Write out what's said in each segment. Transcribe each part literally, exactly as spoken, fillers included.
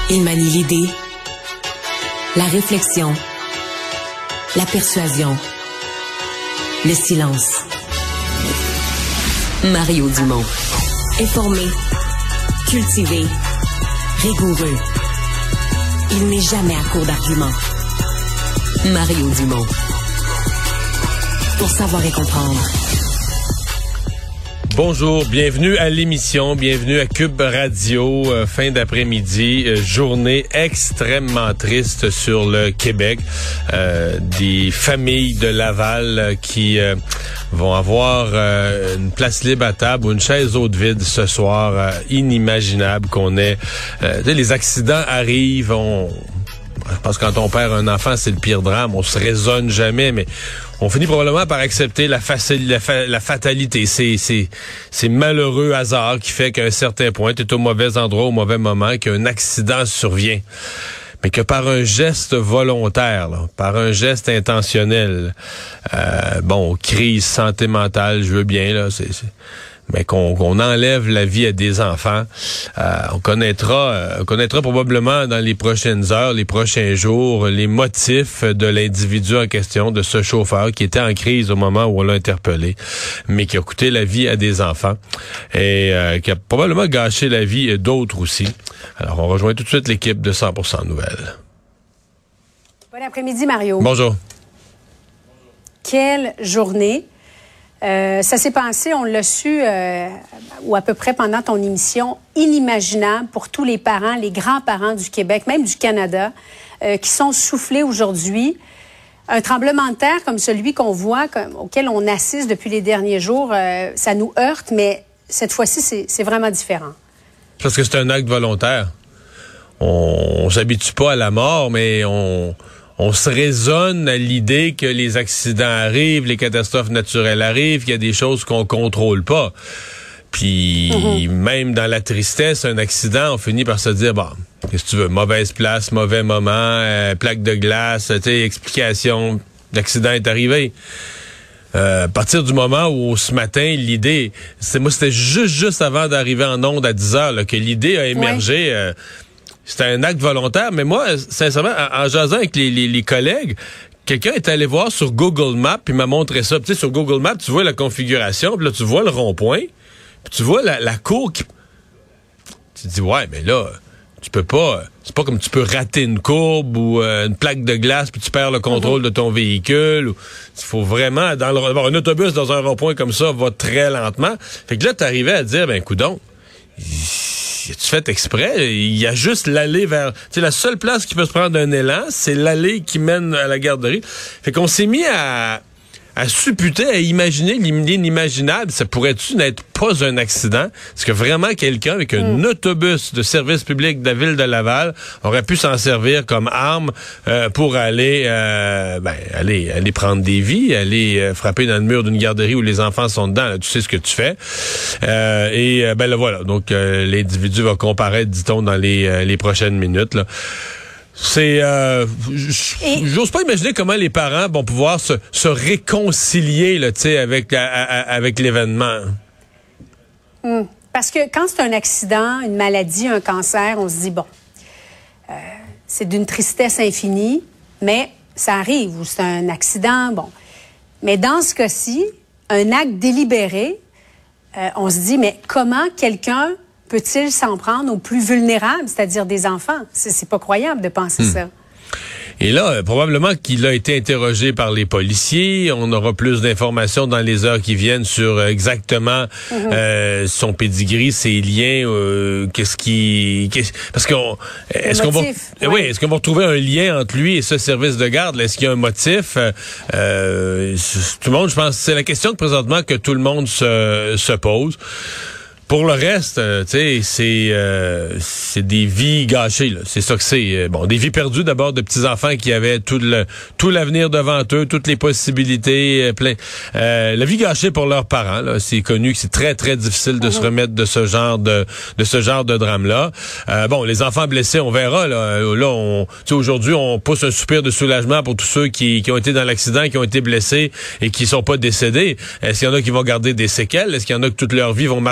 Il manie l'idée, la réflexion, la persuasion, le silence. Mario Dumont. Informé, cultivé, rigoureux. Il n'est jamais à court d'arguments. Mario Dumont. Pour savoir et comprendre. Bonjour, bienvenue à l'émission, bienvenue à Cube Radio, euh, fin d'après-midi, euh, journée extrêmement triste sur le Québec. Euh, des familles de Laval euh, qui euh, vont avoir euh, une place libre à table ou une chaise haute vide ce soir. Euh, inimaginable qu'on ait... Euh, les accidents arrivent, on... Je pense que quand on perd un enfant, c'est le pire drame. On se raisonne jamais, mais on finit probablement par accepter la, facile, la, fa, la fatalité. C'est, c'est, c'est malheureux hasard qui fait qu'à un certain point, tu es au mauvais endroit, au mauvais moment, qu'un accident survient. Mais que par un geste volontaire, là, par un geste intentionnel, euh, bon, crise santé mentale, je veux bien, là, c'est... c'est mais qu'on, qu'on enlève la vie à des enfants, euh, on connaîtra, euh, on connaîtra probablement dans les prochaines heures, les prochains jours, les motifs de l'individu en question, de ce chauffeur qui était en crise au moment où on l'a interpellé, mais qui a coûté la vie à des enfants et euh, qui a probablement gâché la vie d'autres aussi. Alors, on rejoint tout de suite l'équipe de cent pour cent Nouvelles. Bon après-midi, Mario. Bonjour. Quelle journée. Euh, ça s'est passé, on l'a su, euh, ou à peu près pendant ton émission, inimaginable pour tous les parents, les grands-parents du Québec, même du Canada, euh, qui sont soufflés aujourd'hui. Un tremblement de terre comme celui qu'on voit, comme, auquel on assiste depuis les derniers jours, euh, ça nous heurte, mais cette fois-ci, c'est, c'est vraiment différent. Parce que c'est un acte volontaire. On, on s'habitue pas à la mort, mais on... On se raisonne à l'idée que les accidents arrivent, les catastrophes naturelles arrivent, qu'il y a des choses qu'on contrôle pas. Puis mm-hmm. même dans la tristesse, un accident, on finit par se dire, bon, qu'est-ce que tu veux, mauvaise place, mauvais moment, euh, plaque de glace, tu sais, explication, l'accident est arrivé. Euh, à partir du moment où ce matin, l'idée, c'est moi c'était juste juste avant d'arriver en onde à dix heures là, que l'idée a émergé. Ouais. Euh, C'était un acte volontaire, mais moi, sincèrement, en, en jasant avec les, les, les collègues, quelqu'un est allé voir sur Google Maps puis m'a montré ça. Tu sais, sur Google Maps, tu vois la configuration, puis là, tu vois le rond-point, puis tu vois la, la cour qui... Tu te dis, ouais, mais là, tu peux pas... C'est pas comme tu peux rater une courbe ou euh, une plaque de glace puis tu perds le contrôle mm-hmm. de ton véhicule. Il faut vraiment... dans le, bon, un autobus dans un rond-point comme ça va très lentement. Fait que là, t'arrivais à dire, ben, coudonc, as-tu fait exprès? Il y a juste l'allée vers... Tu sais, la seule place qui peut se prendre un élan, c'est l'allée qui mène à la garderie. Fait qu'on s'est mis à, à supputer, à imaginer l'inimaginable. Ça pourrait-tu n'être pas un accident? Est-ce que vraiment quelqu'un avec un mm. autobus de service public de la ville de Laval aurait pu s'en servir comme arme euh, pour aller, euh, ben, aller, aller prendre des vies, aller euh, frapper dans le mur d'une garderie où les enfants sont dedans? Là, tu sais ce que tu fais. Euh, et ben là, voilà. Donc, euh, l'individu va comparaître, dit-on, dans les, euh, les prochaines minutes, là. C'est, euh, j'ose pas imaginer comment les parents vont pouvoir se, se réconcilier, là, tu sais, avec, à, à, avec l'événement. Mmh. Parce que quand c'est un accident, une maladie, un cancer, on se dit, bon, euh, c'est d'une tristesse infinie, mais ça arrive, ou c'est un accident, bon. Mais dans ce cas-ci, un acte délibéré, euh, on se dit, mais comment quelqu'un peut-il s'en prendre aux plus vulnérables, c'est-à-dire des enfants? C'est, c'est pas croyable de penser hmm. ça. Et là, euh, probablement qu'il a été interrogé par les policiers. On aura plus d'informations dans les heures qui viennent sur euh, exactement mm-hmm. euh, son pédigree, ses liens, euh, qu'est-ce qui... Qu'est-ce, parce qu'on... Est-ce qu'on va... Ouais. Oui, est-ce qu'on va retrouver un lien entre lui et ce service de garde? Là, est-ce qu'il y a un motif? Euh, tout le monde, je pense, c'est la question présentement que tout le monde se, se pose. Pour le reste, euh, tu sais, c'est euh, c'est des vies gâchées, là. C'est ça que c'est. Bon, des vies perdues d'abord de petits enfants qui avaient tout le tout l'avenir devant eux, toutes les possibilités, euh, plein. Euh, la vie gâchée pour leurs parents, là. C'est connu que c'est très très difficile de mm-hmm. se remettre de ce genre de de ce genre de drame là. Euh, bon, les enfants blessés, on verra là. Là, on, tu sais, aujourd'hui, on pousse un soupir de soulagement pour tous ceux qui qui ont été dans l'accident, qui ont été blessés et qui sont pas décédés. Est-ce qu'il y en a qui vont garder des séquelles? Est-ce qu'il y en a que toute leur vie vont marcher croche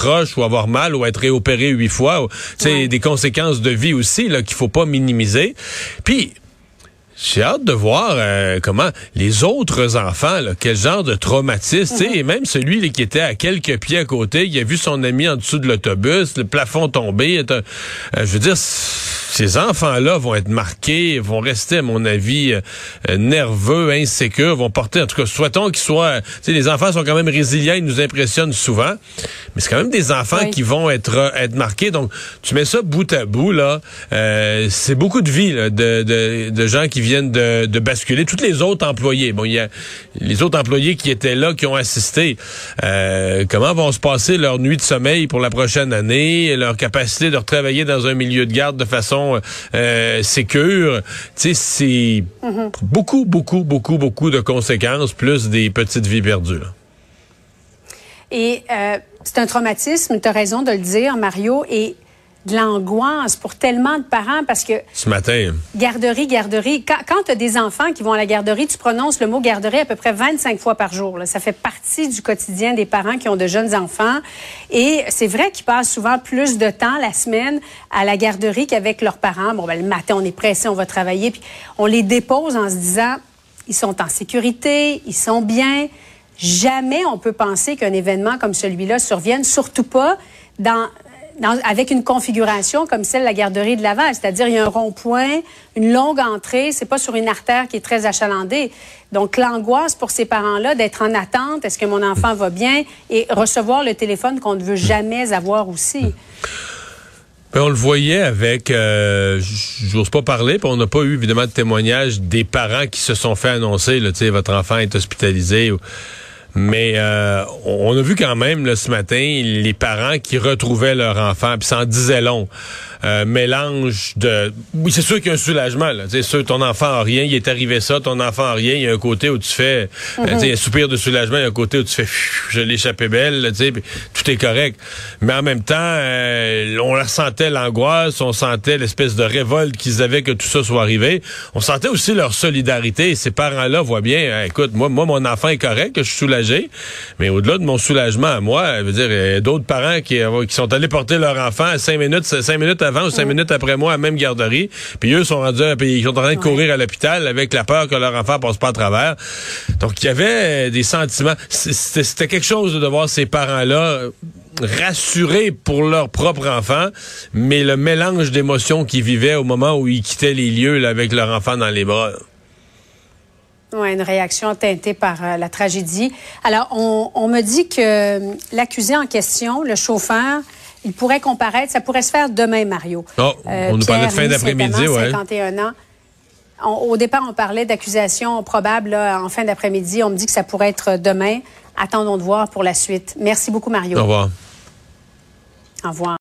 croche ou avoir mal ou être réopéré huit fois. C'est ouais. des conséquences de vie aussi là qu'il faut pas minimiser. Puis j'ai hâte de voir euh, comment les autres enfants, là, quel genre de traumatisme, mm-hmm. et même celui là, qui était à quelques pieds à côté, qui a vu son ami en dessous de l'autobus, le plafond tombé. Euh, je veux dire, ces enfants-là vont être marqués, vont rester, à mon avis, euh, nerveux, insécures, vont porter, en tout cas, souhaitons qu'ils soient... Tu sais, les enfants sont quand même résilients, ils nous impressionnent souvent, mais c'est quand même des enfants oui. qui vont être être marqués. Donc, tu mets ça bout à bout, là, euh, c'est beaucoup de vie, là, de, de, de gens qui viennent de, de basculer. Tous les autres employés, bon, il y a les autres employés qui étaient là, qui ont assisté. Euh, comment vont se passer leur nuit de sommeil pour la prochaine année, leur capacité de retravailler dans un milieu de garde de façon Euh, sécure, tu sais, c'est mm-hmm. beaucoup, beaucoup, beaucoup, beaucoup de conséquences, plus des petites vies perdues. Là. Et euh, c'est un traumatisme, tu as raison de le dire, Mario, et de l'angoisse pour tellement de parents parce que... Ce matin... Garderie, garderie. Quand, quand tu as des enfants qui vont à la garderie, tu prononces le mot garderie à peu près vingt-cinq fois par jour. Là. Ça fait partie du quotidien des parents qui ont de jeunes enfants. Et c'est vrai qu'ils passent souvent plus de temps la semaine à la garderie qu'avec leurs parents. Bon, ben, le matin, on est pressé, on va travailler. Puis on les dépose en se disant, ils sont en sécurité, ils sont bien. Jamais on peut penser qu'un événement comme celui-là survienne, surtout pas dans... Dans, avec une configuration comme celle de la garderie de Laval, c'est-à-dire il y a un rond-point, une longue entrée, c'est pas sur une artère qui est très achalandée. Donc l'angoisse pour ces parents-là d'être en attente, est-ce que mon enfant va bien, et recevoir le téléphone qu'on ne veut jamais avoir aussi. Ben, on le voyait avec, euh, j'ose pas parler, puis on n'a pas eu évidemment de témoignages des parents qui se sont fait annoncer, là, tu sais, votre enfant est hospitalisé. Ou... Mais euh, on a vu quand même là, ce matin les parents qui retrouvaient leur enfant, puis ça en disait long. Euh, mélange de... Oui, c'est sûr qu'il y a un soulagement. Là. C'est sûr, ton enfant a rien, il est arrivé ça, ton enfant a rien. Il y a un côté où tu fais... Mm-hmm. euh, il y a un soupir de soulagement, il y a un côté où tu fais... Je l'ai échappé belle, là, puis tout est correct. Mais en même temps, euh, on ressentait l'angoisse, on sentait l'espèce de révolte qu'ils avaient que tout ça soit arrivé. On sentait aussi leur solidarité. Ces parents-là voient bien, écoute, moi, moi, mon enfant est correct, je suis soulagé. Mais au-delà de mon soulagement à moi, je veux dire, il y a d'autres parents qui, qui sont allés porter leur enfant à cinq minutes, cinq minutes avant ou cinq mmh. minutes après moi à la même garderie, puis eux sont rendus, puis ils sont en train de courir ouais. à l'hôpital avec la peur que leur enfant passe pas à travers. Donc il y avait des sentiments. C'était, c'était quelque chose de voir ces parents-là rassurés pour leur propre enfant, mais le mélange d'émotions qu'ils vivaient au moment où ils quittaient les lieux là, avec leur enfant dans les bras. Oui, une réaction teintée par euh, la tragédie. Alors, on, on me dit que l'accusé en question, le chauffeur, il pourrait comparaître, ça pourrait se faire demain, Mario. Oh, euh, on nous parlait de fin d'après-midi, oui. cinquante et un ans. On, au départ, on parlait d'accusation probable là, en fin d'après-midi. On me dit que ça pourrait être demain. Attendons de voir pour la suite. Merci beaucoup, Mario. Au revoir. Au revoir.